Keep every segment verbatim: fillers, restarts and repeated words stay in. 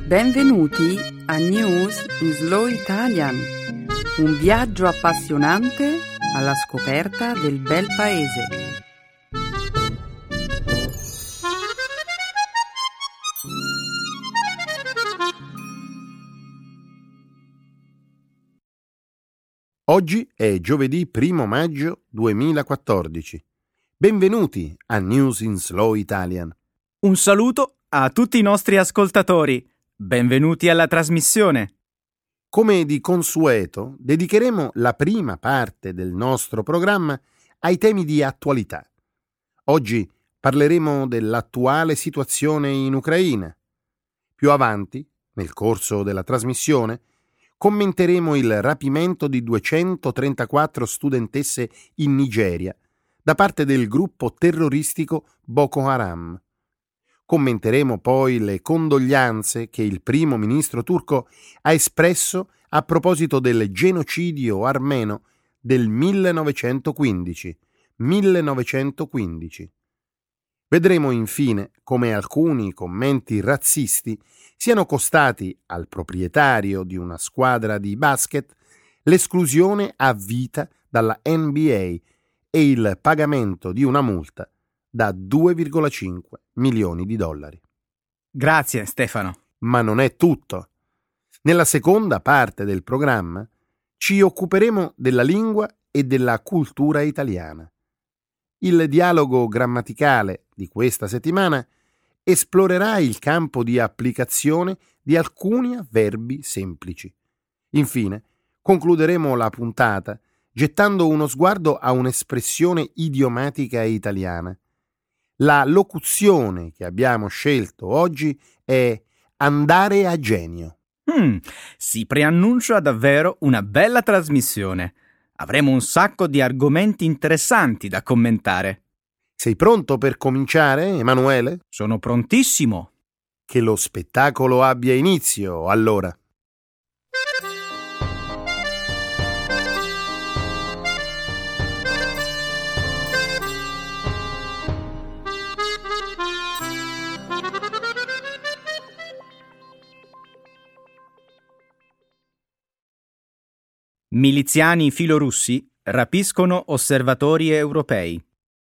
Benvenuti a News in Slow Italian, un viaggio appassionante alla scoperta del bel paese. Oggi è giovedì primo maggio duemilaquattordici. Benvenuti a News in Slow Italian. Un saluto a tutti i nostri ascoltatori. Benvenuti alla trasmissione. Come di consueto, dedicheremo la prima parte del nostro programma ai temi di attualità. Oggi parleremo dell'attuale situazione in Ucraina. Più avanti, nel corso della trasmissione, commenteremo il rapimento di duecentotrentaquattro studentesse in Nigeria da parte del gruppo terroristico Boko Haram. Commenteremo poi le condoglianze che il primo ministro turco ha espresso a proposito del genocidio armeno del millenovecentoquindici. millenovecentoquindici. Vedremo infine come alcuni commenti razzisti siano costati al proprietario di una squadra di basket l'esclusione a vita dalla N B A e il pagamento di una multa da due virgola cinque milioni di dollari. Grazie, Stefano. Ma non è tutto. Nella seconda parte del programma ci occuperemo della lingua e della cultura italiana. Il dialogo grammaticale di questa settimana esplorerà il campo di applicazione di alcuni avverbi semplici. Infine, concluderemo la puntata gettando uno sguardo a un'espressione idiomatica italiana. La locuzione che abbiamo scelto oggi è andare a genio. Mm, si preannuncia davvero una bella trasmissione. Avremo un sacco di argomenti interessanti da commentare. Sei pronto per cominciare, Emanuele? Sono prontissimo. Che lo spettacolo abbia inizio, allora. Miliziani filorussi rapiscono osservatori europei.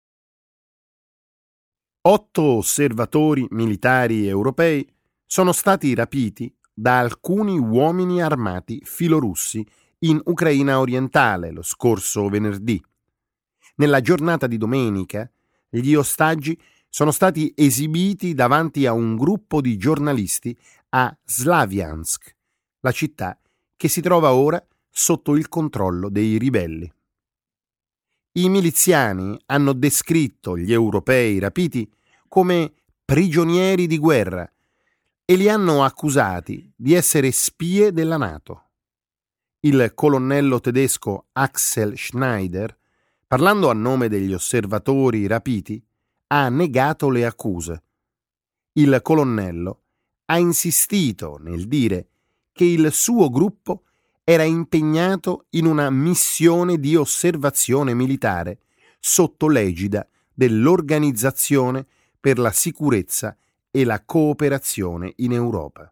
Otto osservatori militari europei sono stati rapiti da alcuni uomini armati filorussi in Ucraina orientale lo scorso venerdì. Nella giornata di domenica, gli ostaggi sono stati esibiti davanti a un gruppo di giornalisti a Slaviansk, la città che si trova ora sotto il controllo dei ribelli. I miliziani hanno descritto gli europei rapiti come prigionieri di guerra e li hanno accusati di essere spie della NATO. Il colonnello tedesco Axel Schneider, parlando a nome degli osservatori rapiti, ha negato le accuse. Il colonnello ha insistito nel dire che il suo gruppo era impegnato in una missione di osservazione militare sotto l'egida dell'Organizzazione per la sicurezza e la cooperazione in Europa.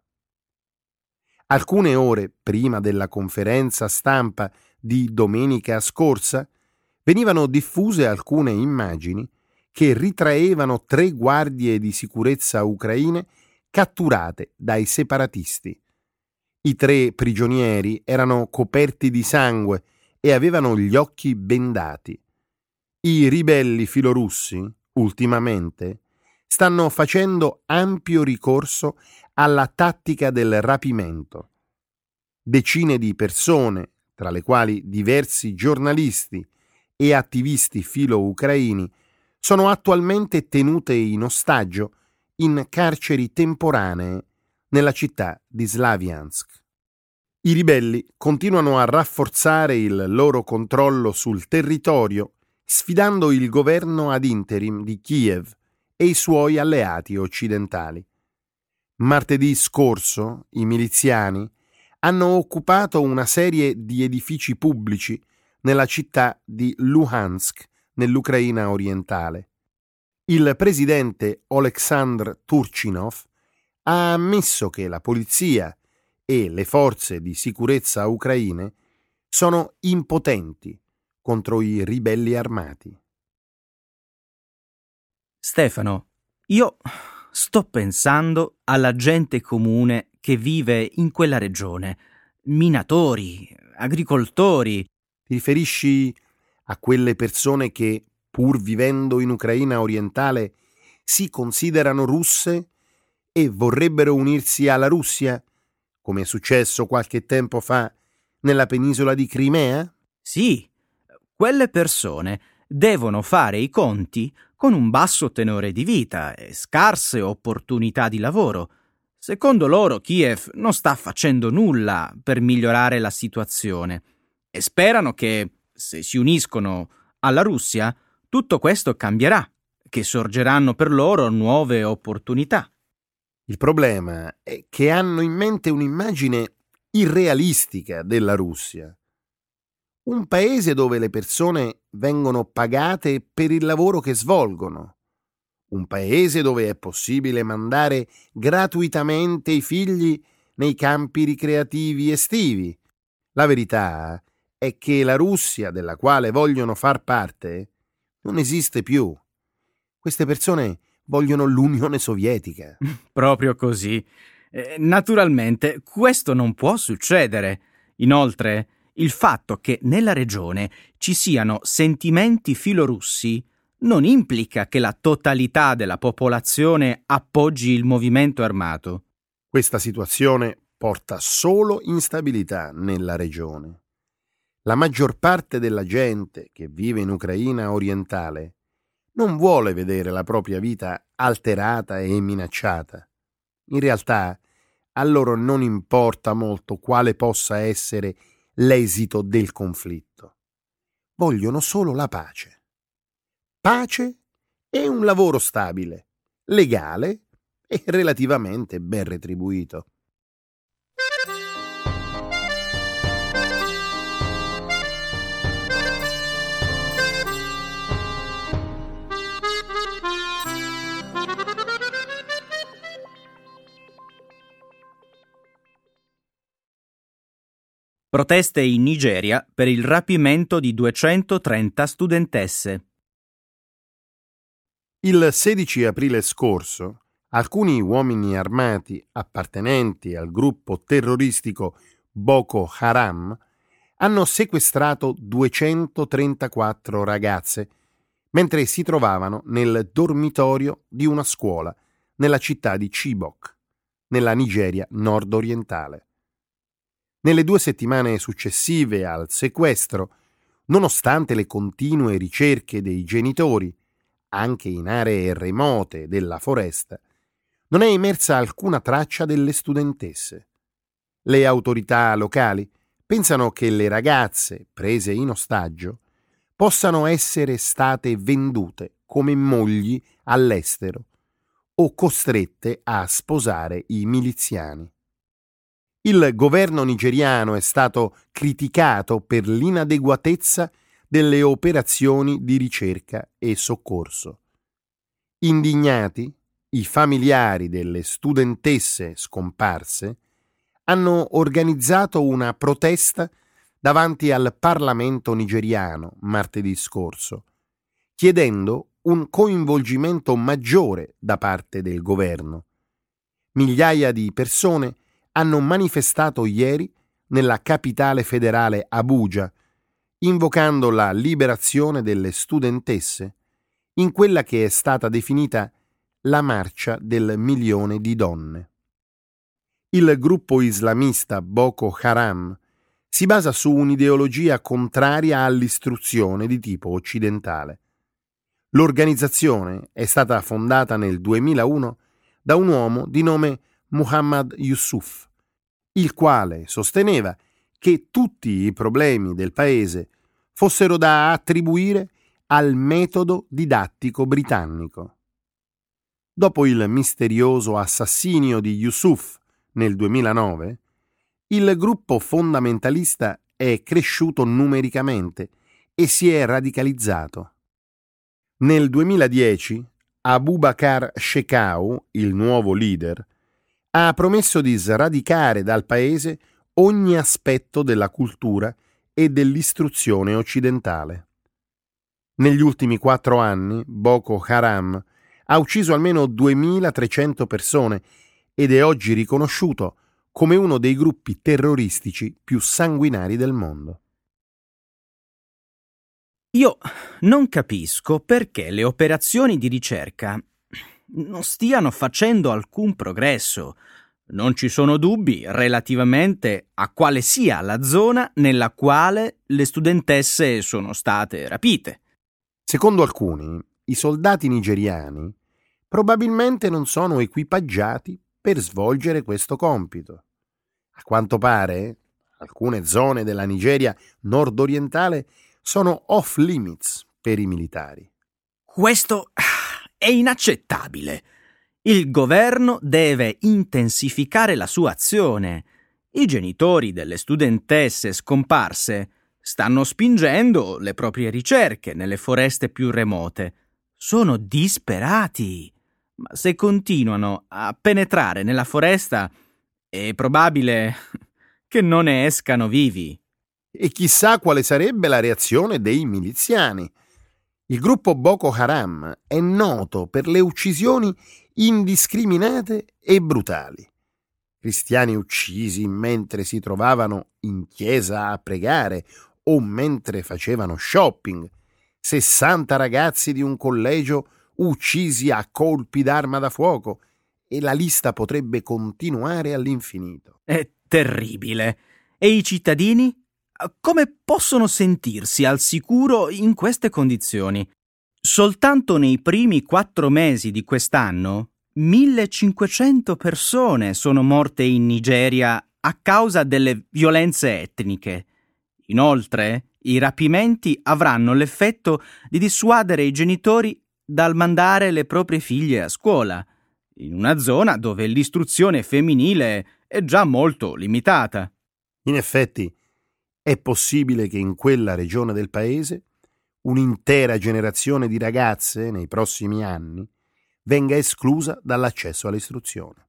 Alcune ore prima della conferenza stampa di domenica scorsa venivano diffuse alcune immagini che ritraevano tre guardie di sicurezza ucraine catturate dai separatisti. I tre prigionieri erano coperti di sangue e avevano gli occhi bendati. I ribelli filorussi, ultimamente, stanno facendo ampio ricorso alla tattica del rapimento. Decine di persone, tra le quali diversi giornalisti e attivisti filo-ucraini, sono attualmente tenute in ostaggio in carceri temporanee nella città di Slaviansk. I ribelli continuano a rafforzare il loro controllo sul territorio, sfidando il governo ad interim di Kiev e i suoi alleati occidentali. Martedì scorso i miliziani hanno occupato una serie di edifici pubblici nella città di Luhansk, nell'Ucraina orientale. Il presidente Oleksandr Turchinov ha ammesso che la polizia e le forze di sicurezza ucraine sono impotenti contro i ribelli armati. Stefano, io sto pensando alla gente comune che vive in quella regione, minatori, agricoltori. Ti riferisci a quelle persone che, pur vivendo in Ucraina orientale, si considerano russe e vorrebbero unirsi alla Russia, come è successo qualche tempo fa nella penisola di Crimea? Sì, quelle persone devono fare i conti con un basso tenore di vita e scarse opportunità di lavoro. Secondo loro Kiev non sta facendo nulla per migliorare la situazione e sperano che, se si uniscono alla Russia, tutto questo cambierà, che sorgeranno per loro nuove opportunità. Il problema è che hanno in mente un'immagine irrealistica della Russia. Un paese dove le persone vengono pagate per il lavoro che svolgono. Un paese dove è possibile mandare gratuitamente i figli nei campi ricreativi estivi. La verità è che la Russia della quale vogliono far parte non esiste più. Queste persone vogliono l'Unione Sovietica. Proprio così. Eh, naturalmente questo non può succedere. Inoltre, il fatto che nella regione ci siano sentimenti filorussi non implica che la totalità della popolazione appoggi il movimento armato. Questa situazione porta solo instabilità nella regione. La maggior parte della gente che vive in Ucraina orientale non vuole vedere la propria vita alterata e minacciata. In realtà, a loro non importa molto quale possa essere l'esito del conflitto. Vogliono solo la pace. Pace e un lavoro stabile, legale e relativamente ben retribuito. Proteste in Nigeria per il rapimento di duecentotrenta studentesse. Il sedici aprile scorso, alcuni uomini armati appartenenti al gruppo terroristico Boko Haram hanno sequestrato duecentotrentaquattro ragazze mentre si trovavano nel dormitorio di una scuola nella città di Chibok, nella Nigeria nord-orientale. Nelle due settimane successive al sequestro, nonostante le continue ricerche dei genitori, anche in aree remote della foresta, non è emersa alcuna traccia delle studentesse. Le autorità locali pensano che le ragazze prese in ostaggio possano essere state vendute come mogli all'estero o costrette a sposare i miliziani. Il governo nigeriano è stato criticato per l'inadeguatezza delle operazioni di ricerca e soccorso. Indignati, i familiari delle studentesse scomparse hanno organizzato una protesta davanti al Parlamento nigeriano martedì scorso, chiedendo un coinvolgimento maggiore da parte del governo. Migliaia di persone hanno manifestato ieri nella capitale federale Abuja, invocando la liberazione delle studentesse in quella che è stata definita la marcia del milione di donne. Il gruppo islamista Boko Haram si basa su un'ideologia contraria all'istruzione di tipo occidentale. L'organizzazione è stata fondata nel duemilauno da un uomo di nome Muhammad Yusuf, il quale sosteneva che tutti i problemi del paese fossero da attribuire al metodo didattico britannico. Dopo il misterioso assassinio di Yusuf nel duemilanove, il gruppo fondamentalista è cresciuto numericamente e si è radicalizzato. Nel duemiladieci, Abubakar Shekau, il nuovo leader, ha promesso di sradicare dal paese ogni aspetto della cultura e dell'istruzione occidentale. Negli ultimi quattro anni Boko Haram ha ucciso almeno duemilatrecento persone ed è oggi riconosciuto come uno dei gruppi terroristici più sanguinari del mondo. Io non capisco perché le operazioni di ricerca non stiano facendo alcun progresso. Non ci sono dubbi relativamente a quale sia la zona nella quale le studentesse sono state rapite. Secondo alcuni, i soldati nigeriani probabilmente non sono equipaggiati per svolgere questo compito. A quanto pare, alcune zone della Nigeria nord-orientale sono off limits per i militari. Questo è inaccettabile. Il governo deve intensificare la sua azione. I genitori delle studentesse scomparse stanno spingendo le proprie ricerche nelle foreste più remote. Sono disperati. Ma se continuano a penetrare nella foresta, è probabile che non ne escano vivi. E chissà quale sarebbe la reazione dei miliziani. Il gruppo Boko Haram è noto per le uccisioni indiscriminate e brutali. Cristiani uccisi mentre si trovavano in chiesa a pregare o mentre facevano shopping, sessanta ragazzi di un collegio uccisi a colpi d'arma da fuoco, e la lista potrebbe continuare all'infinito. È terribile. E i cittadini? Come possono sentirsi al sicuro in queste condizioni? Soltanto nei primi quattro mesi di quest'anno, millecinquecento persone sono morte in Nigeria a causa delle violenze etniche. Inoltre, i rapimenti avranno l'effetto di dissuadere i genitori dal mandare le proprie figlie a scuola, in una zona dove l'istruzione femminile è già molto limitata. In effetti, è possibile che in quella regione del paese un'intera generazione di ragazze nei prossimi anni venga esclusa dall'accesso all'istruzione.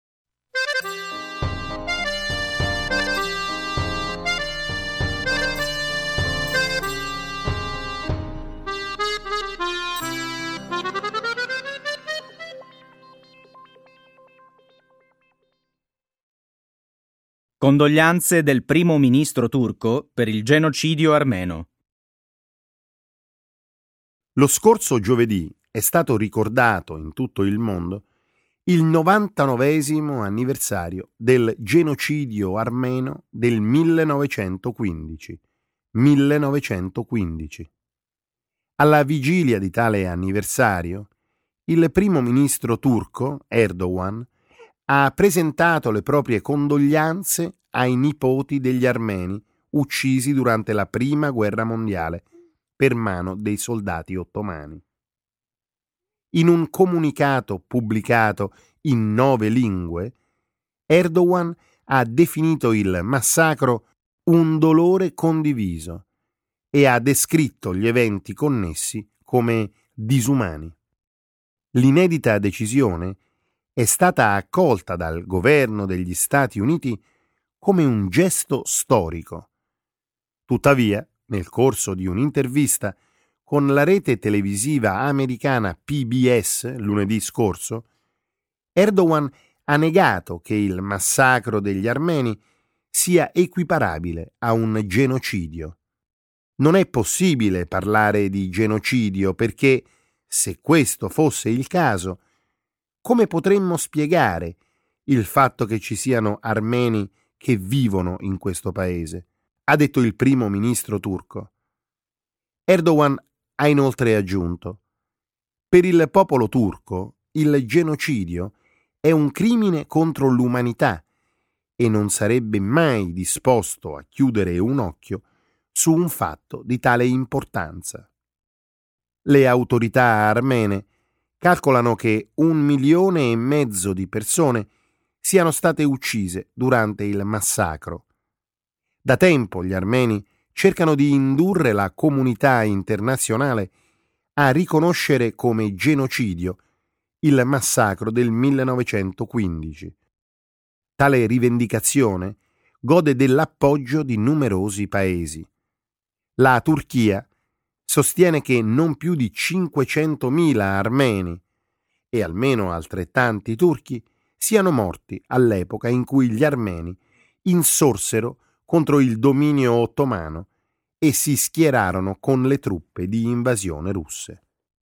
Condoglianze del primo ministro turco per il genocidio armeno. Lo scorso giovedì è stato ricordato in tutto il mondo il novantanovesimo anniversario del genocidio armeno del millenovecentoquindici. millenovecentoquindici. Alla vigilia di tale anniversario, il primo ministro turco, Erdogan, ha presentato le proprie condoglianze ai nipoti degli armeni uccisi durante la Prima Guerra Mondiale per mano dei soldati ottomani. In un comunicato pubblicato in nove lingue, Erdogan ha definito il massacro un dolore condiviso e ha descritto gli eventi connessi come disumani. L'inedita decisione è stata accolta dal governo degli Stati Uniti come un gesto storico. Tuttavia, nel corso di un'intervista con la rete televisiva americana P B S lunedì scorso, Erdogan ha negato che il massacro degli armeni sia equiparabile a un genocidio. Non è possibile parlare di genocidio perché, se questo fosse il caso, come potremmo spiegare il fatto che ci siano armeni che vivono in questo paese? Ha detto il primo ministro turco. Erdogan ha inoltre aggiunto: per il popolo turco il genocidio è un crimine contro l'umanità e non sarebbe mai disposto a chiudere un occhio su un fatto di tale importanza. Le autorità armene calcolano che un milione e mezzo di persone siano state uccise durante il massacro. Da tempo gli armeni cercano di indurre la comunità internazionale a riconoscere come genocidio il massacro del millenovecentoquindici. Tale rivendicazione gode dell'appoggio di numerosi paesi. La Turchia sostiene che non più di cinquecentomila armeni e almeno altrettanti turchi siano morti all'epoca in cui gli armeni insorsero contro il dominio ottomano e si schierarono con le truppe di invasione russe.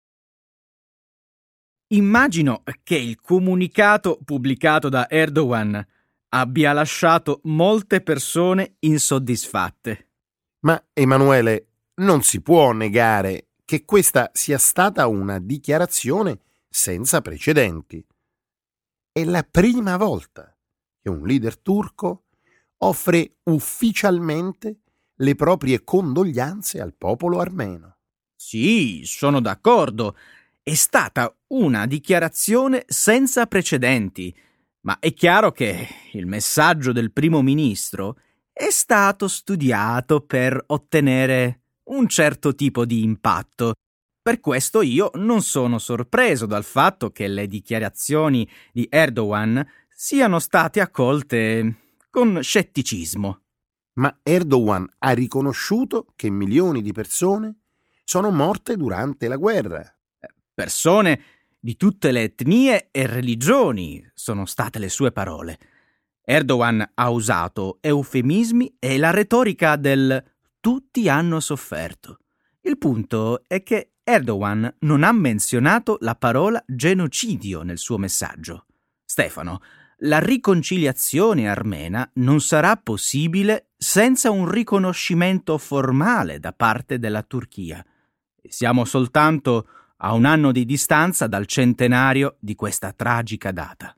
Immagino che il comunicato pubblicato da Erdogan abbia lasciato molte persone insoddisfatte. Ma, Emanuele, non si può negare che questa sia stata una dichiarazione senza precedenti. È la prima volta che un leader turco offre ufficialmente le proprie condoglianze al popolo armeno. Sì, sono d'accordo. È stata una dichiarazione senza precedenti, ma è chiaro che il messaggio del primo ministro è stato studiato per ottenere un certo tipo di impatto. Per questo io non sono sorpreso dal fatto che le dichiarazioni di Erdogan siano state accolte con scetticismo. Ma Erdogan ha riconosciuto che milioni di persone sono morte durante la guerra. Persone di tutte le etnie e religioni, sono state le sue parole. Erdogan ha usato eufemismi e la retorica del tutti hanno sofferto. Il punto è che Erdogan non ha menzionato la parola genocidio nel suo messaggio. Stefano, la riconciliazione armena non sarà possibile senza un riconoscimento formale da parte della Turchia. Siamo soltanto a un anno di distanza dal centenario di questa tragica data.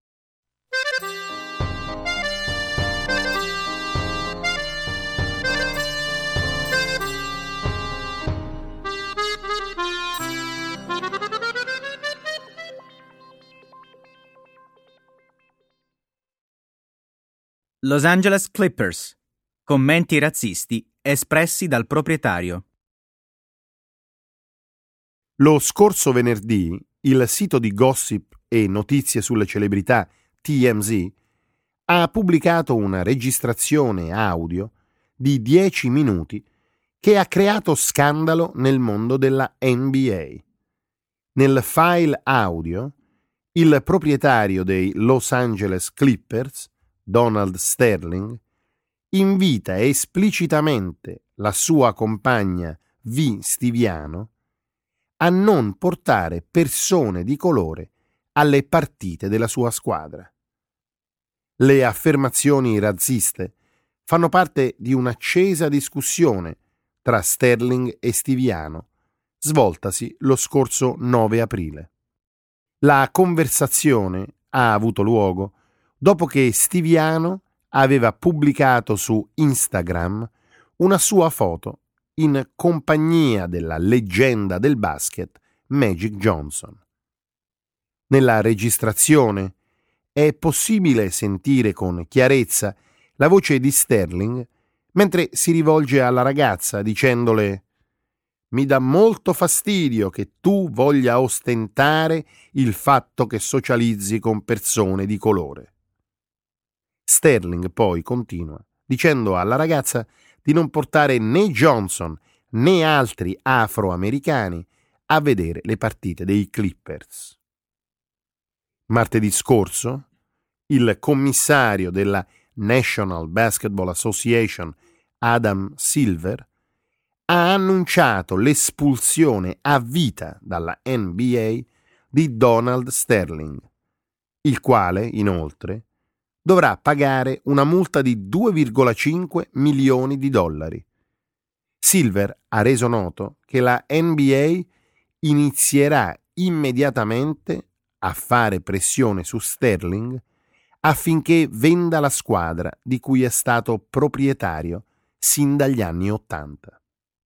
Los Angeles Clippers. Commenti razzisti espressi dal proprietario. Lo scorso venerdì il sito di gossip e notizie sulle celebrità T M Z ha pubblicato una registrazione audio di dieci minuti che ha creato scandalo nel mondo della N B A. Nel file audio, il proprietario dei Los Angeles Clippers, Donald Sterling, invita esplicitamente la sua compagna V. Stiviano a non portare persone di colore alle partite della sua squadra. Le affermazioni razziste fanno parte di un'accesa discussione tra Sterling e Stiviano, svoltasi lo scorso nove aprile. La conversazione ha avuto luogo dopo che Stiviano aveva pubblicato su Instagram una sua foto in compagnia della leggenda del basket Magic Johnson. Nella registrazione è possibile sentire con chiarezza la voce di Sterling mentre si rivolge alla ragazza dicendole: «Mi dà molto fastidio che tu voglia ostentare il fatto che socializzi con persone di colore». Sterling poi continua dicendo alla ragazza di non portare né Johnson né altri afroamericani a vedere le partite dei Clippers. Martedì scorso, il commissario della National Basketball Association, Adam Silver, ha annunciato l'espulsione a vita dalla N B A di Donald Sterling, il quale, inoltre, dovrà pagare una multa di due virgola cinque milioni di dollari. Silver ha reso noto che la N B A inizierà immediatamente a fare pressione su Sterling affinché venda la squadra di cui è stato proprietario sin dagli anni Ottanta.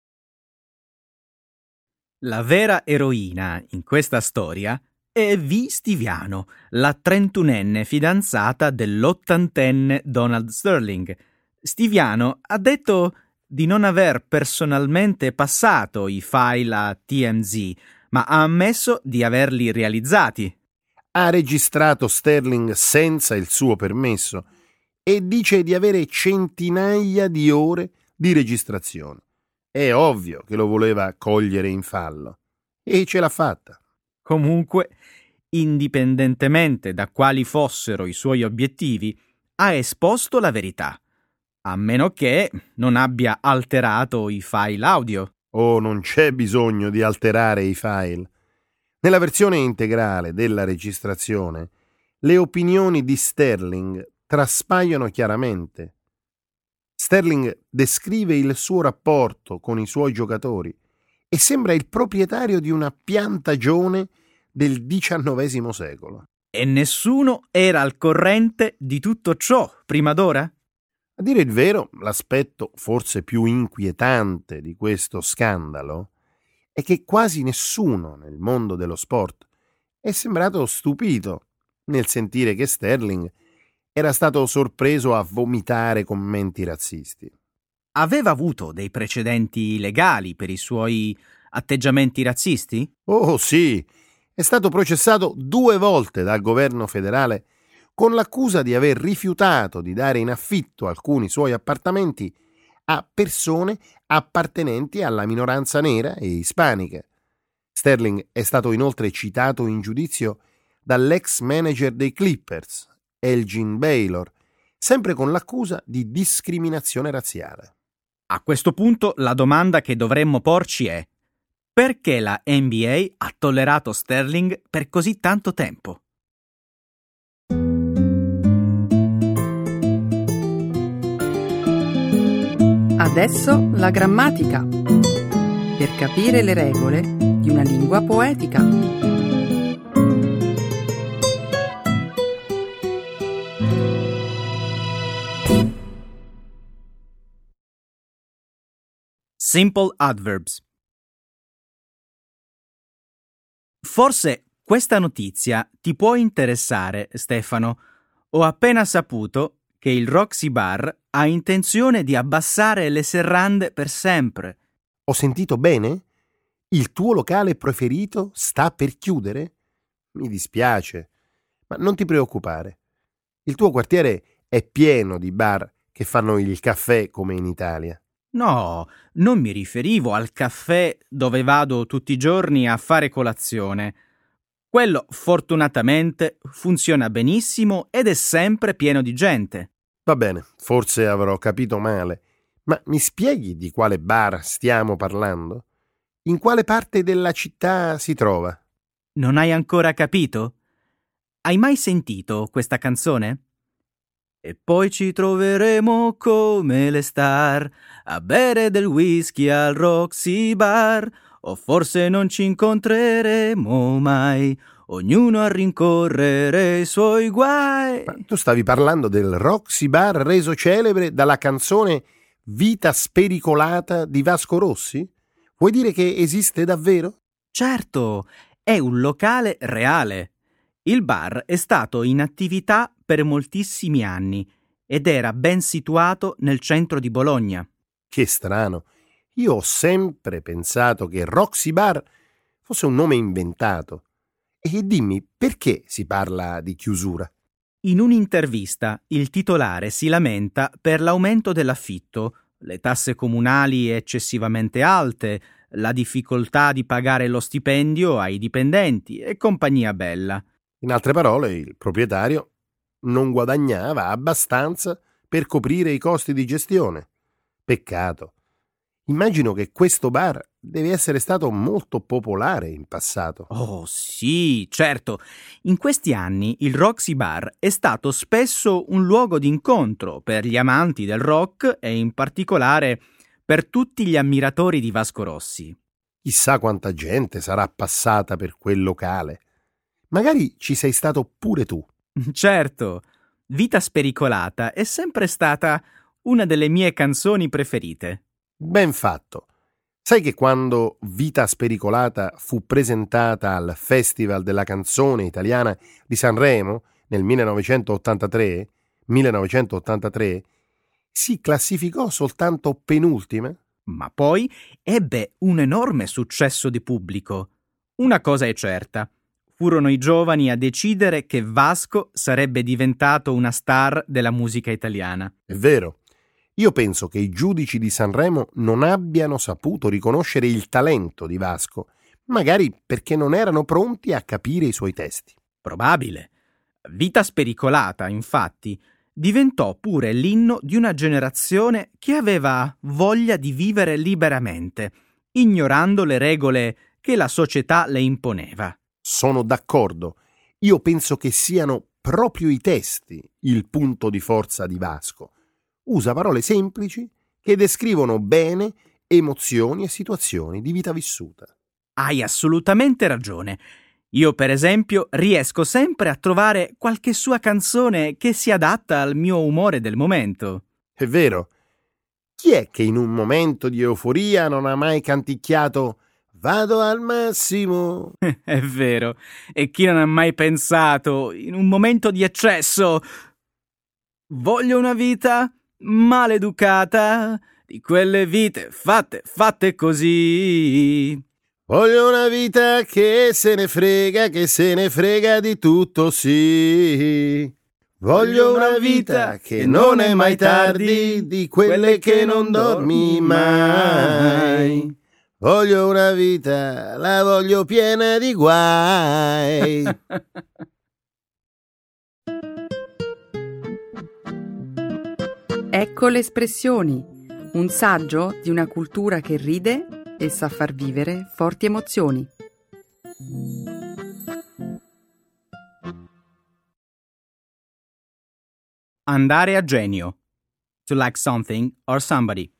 La vera eroina in questa storia è V. Stiviano, la trentunenne fidanzata dell'ottantenne Donald Sterling. Stiviano ha detto di non aver personalmente passato i file a T M Z, ma ha ammesso di averli realizzati. ha registrato Sterling senza il suo permesso e dice di avere centinaia di ore di registrazione. È ovvio che lo voleva cogliere in fallo. E ce l'ha fatta. Comunque, indipendentemente da quali fossero i suoi obiettivi, ha esposto la verità, a meno che non abbia alterato i file audio. Oh, non c'è bisogno di alterare i file. Nella versione integrale della registrazione, le opinioni di Sterling traspaiono chiaramente. Sterling descrive il suo rapporto con i suoi giocatori e sembra il proprietario di una piantagione del diciannovesimo secolo. E nessuno era al corrente di tutto ciò prima d'ora? A dire il vero, l'aspetto forse più inquietante di questo scandalo è che quasi nessuno nel mondo dello sport è sembrato stupito nel sentire che Sterling era stato sorpreso a vomitare commenti razzisti. Aveva avuto dei precedenti legali per i suoi atteggiamenti razzisti? Oh sì, è stato processato due volte dal governo federale con l'accusa di aver rifiutato di dare in affitto alcuni suoi appartamenti a persone appartenenti alla minoranza nera e ispanica. Sterling è stato inoltre citato in giudizio dall'ex manager dei Clippers, Elgin Baylor, sempre con l'accusa di discriminazione razziale. A questo punto la domanda che dovremmo porci è: perché la N B A ha tollerato Sterling per così tanto tempo? Adesso la grammatica, per capire le regole di una lingua poetica. Simple adverbs. Forse questa notizia ti può interessare, Stefano. Ho appena saputo che il Roxy Bar ha intenzione di abbassare le serrande per sempre. Ho sentito bene? Il tuo locale preferito sta per chiudere? Mi dispiace, ma non ti preoccupare. Il tuo quartiere è pieno di bar che fanno il caffè come in Italia. No, non mi riferivo al caffè dove vado tutti i giorni a fare colazione. Quello, fortunatamente, funziona benissimo ed è sempre pieno di gente. Va bene, forse avrò capito male, ma mi spieghi di quale bar stiamo parlando? In quale parte della città si trova? Non hai ancora capito? Hai mai sentito questa canzone? E poi ci troveremo come le star a bere del whisky al Roxy Bar, o forse non ci incontreremo mai, ognuno a rincorrere i suoi guai. Ma tu stavi parlando del Roxy Bar reso celebre dalla canzone Vita spericolata di Vasco Rossi? Vuoi dire che esiste davvero? Certo, è un locale reale. Il bar è stato in attività per moltissimi anni ed era ben situato nel centro di Bologna. Che strano. Io ho sempre pensato che Roxy Bar fosse un nome inventato. E dimmi, perché si parla di chiusura? In un'intervista il titolare si lamenta per l'aumento dell'affitto, le tasse comunali eccessivamente alte, la difficoltà di pagare lo stipendio ai dipendenti e compagnia bella. In altre parole, il proprietario non guadagnava abbastanza per coprire i costi di gestione. Peccato. Immagino che questo bar deve essere stato molto popolare in passato. Oh sì, certo. In questi anni il Roxy Bar è stato spesso un luogo d'incontro per gli amanti del rock e in particolare per tutti gli ammiratori di Vasco Rossi. Chissà quanta gente sarà passata per quel locale. Magari ci sei stato pure tu. Certo, Vita spericolata è sempre stata una delle mie canzoni preferite. Ben fatto. Sai che quando Vita spericolata fu presentata al Festival della canzone italiana di Sanremo nel millenovecentottantatré, millenovecentottantatré si classificò soltanto penultima? Ma poi ebbe un enorme successo di pubblico. Una cosa è certa. furono i giovani a decidere che Vasco sarebbe diventato una star della musica italiana. È vero. Io penso che i giudici di Sanremo non abbiano saputo riconoscere il talento di Vasco, magari perché non erano pronti a capire i suoi testi. Probabile. Vita spericolata, infatti, diventò pure l'inno di una generazione che aveva voglia di vivere liberamente, ignorando le regole che la società le imponeva. Sono d'accordo. Io penso che siano proprio i testi il punto di forza di Vasco. Usa parole semplici che descrivono bene emozioni e situazioni di vita vissuta. Hai assolutamente ragione. Io, per esempio, riesco sempre a trovare qualche sua canzone che si adatta al mio umore del momento. È vero. Chi è che in un momento di euforia non ha mai canticchiato «Vado al massimo»? È vero. E chi non ha mai pensato, in un momento di eccesso, «Voglio una vita maleducata, di quelle vite fatte, fatte così». Voglio una vita che se ne frega, che se ne frega di tutto, sì. Voglio una vita che non è mai tardi, di quelle che non dormi mai. Voglio una vita, la voglio piena di guai. Ecco le espressioni, un saggio di una cultura che ride e sa far vivere forti emozioni. Andare a genio. To like something or somebody.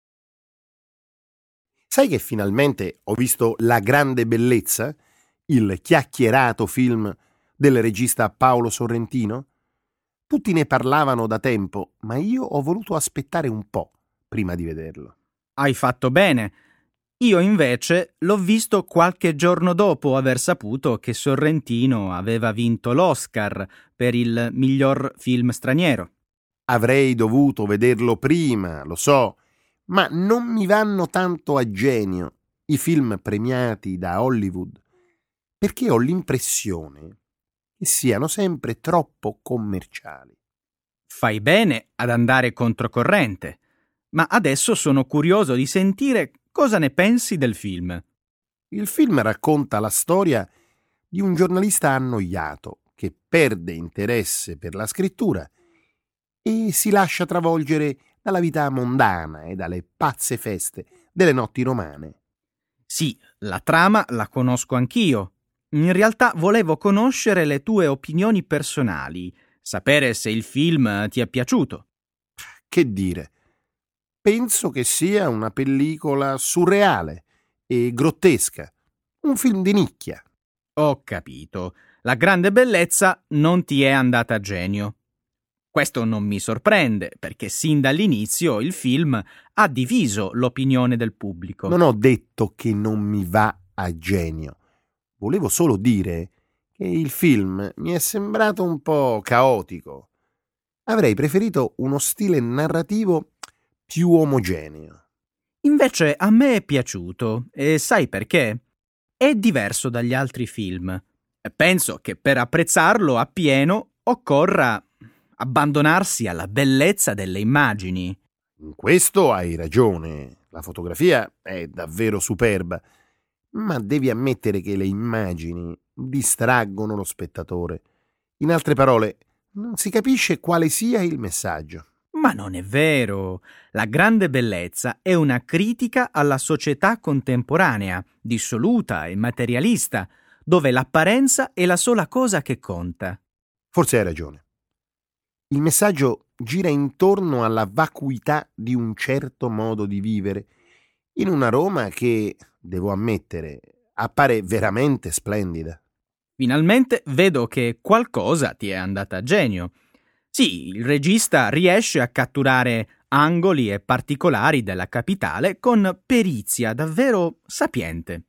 Sai che finalmente ho visto La grande bellezza, il chiacchierato film del regista Paolo Sorrentino? Tutti ne parlavano da tempo, ma io ho voluto aspettare un po' prima di vederlo. Hai fatto bene. Io invece l'ho visto qualche giorno dopo aver saputo che Sorrentino aveva vinto l'Oscar per il miglior film straniero. Avrei dovuto vederlo prima, lo so, ma non mi vanno tanto a genio i film premiati da Hollywood, perché ho l'impressione che siano sempre troppo commerciali. Fai bene ad andare controcorrente, ma adesso sono curioso di sentire cosa ne pensi del film. Il film racconta la storia di un giornalista annoiato che perde interesse per la scrittura e si lascia travolgere dalla vita mondana e dalle pazze feste delle notti romane. Sì, la trama la conosco anch'io. In realtà volevo conoscere le tue opinioni personali, sapere se il film ti è piaciuto. Che dire? Penso che sia una pellicola surreale e grottesca, un film di nicchia. Ho capito. La grande bellezza non ti è andata a genio. Questo non mi sorprende, perché sin dall'inizio il film ha diviso l'opinione del pubblico. Non ho detto che non mi va a genio. Volevo solo dire che il film mi è sembrato un po' caotico. Avrei preferito uno stile narrativo più omogeneo. Invece a me è piaciuto, e sai perché? È diverso dagli altri film. Penso che per apprezzarlo appieno occorra abbandonarsi alla bellezza delle immagini. In questo hai ragione. La fotografia è davvero superba, ma devi ammettere che le immagini distraggono lo spettatore. In altre parole, non si capisce quale sia il messaggio. Ma non è vero. La grande bellezza è una critica alla società contemporanea, dissoluta e materialista, dove l'apparenza è la sola cosa che conta. Forse hai ragione. Il messaggio gira intorno alla vacuità di un certo modo di vivere, in una Roma che, devo ammettere, appare veramente splendida. Finalmente vedo che qualcosa ti è andata a genio. Sì, il regista riesce a catturare angoli e particolari della capitale con perizia davvero sapiente.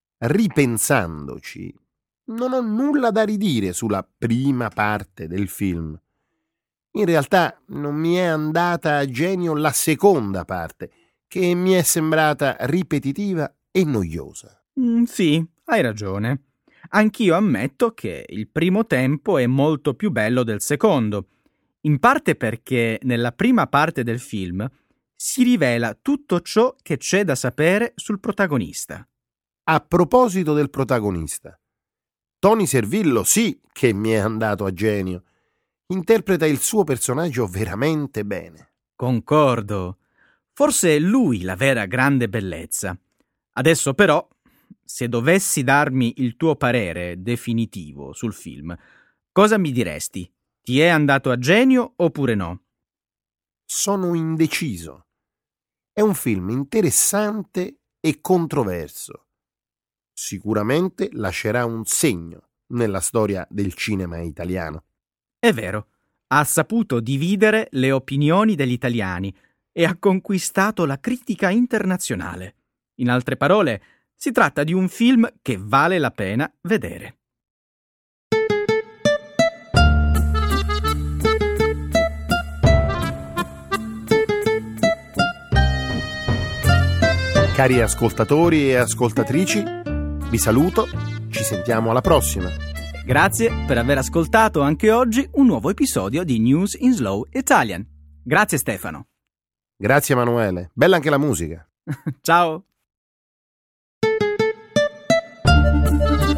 Ripensandoci, non ho nulla da ridire sulla prima parte del film. In realtà non mi è andata a genio la seconda parte, che mi è sembrata ripetitiva e noiosa. Mm, sì, hai ragione. Anch'io ammetto che il primo tempo è molto più bello del secondo, in parte perché nella prima parte del film si rivela tutto ciò che c'è da sapere sul protagonista. A proposito del protagonista, Tony Servillo sì che mi è andato a genio. Interpreta il suo personaggio veramente bene. Concordo. Forse è lui la vera grande bellezza. Adesso però, se dovessi darmi il tuo parere definitivo sul film, cosa mi diresti? Ti è andato a genio oppure no? Sono indeciso. È un film interessante e controverso. Sicuramente lascerà un segno nella storia del cinema italiano. È vero, ha saputo dividere le opinioni degli italiani e ha conquistato la critica internazionale. In altre parole, si tratta di un film che vale la pena vedere. Cari ascoltatori e ascoltatrici, vi saluto, ci sentiamo alla prossima. Grazie per aver ascoltato anche oggi un nuovo episodio di News in Slow Italian. Grazie Stefano. Grazie Emanuele, bella anche la musica. Ciao.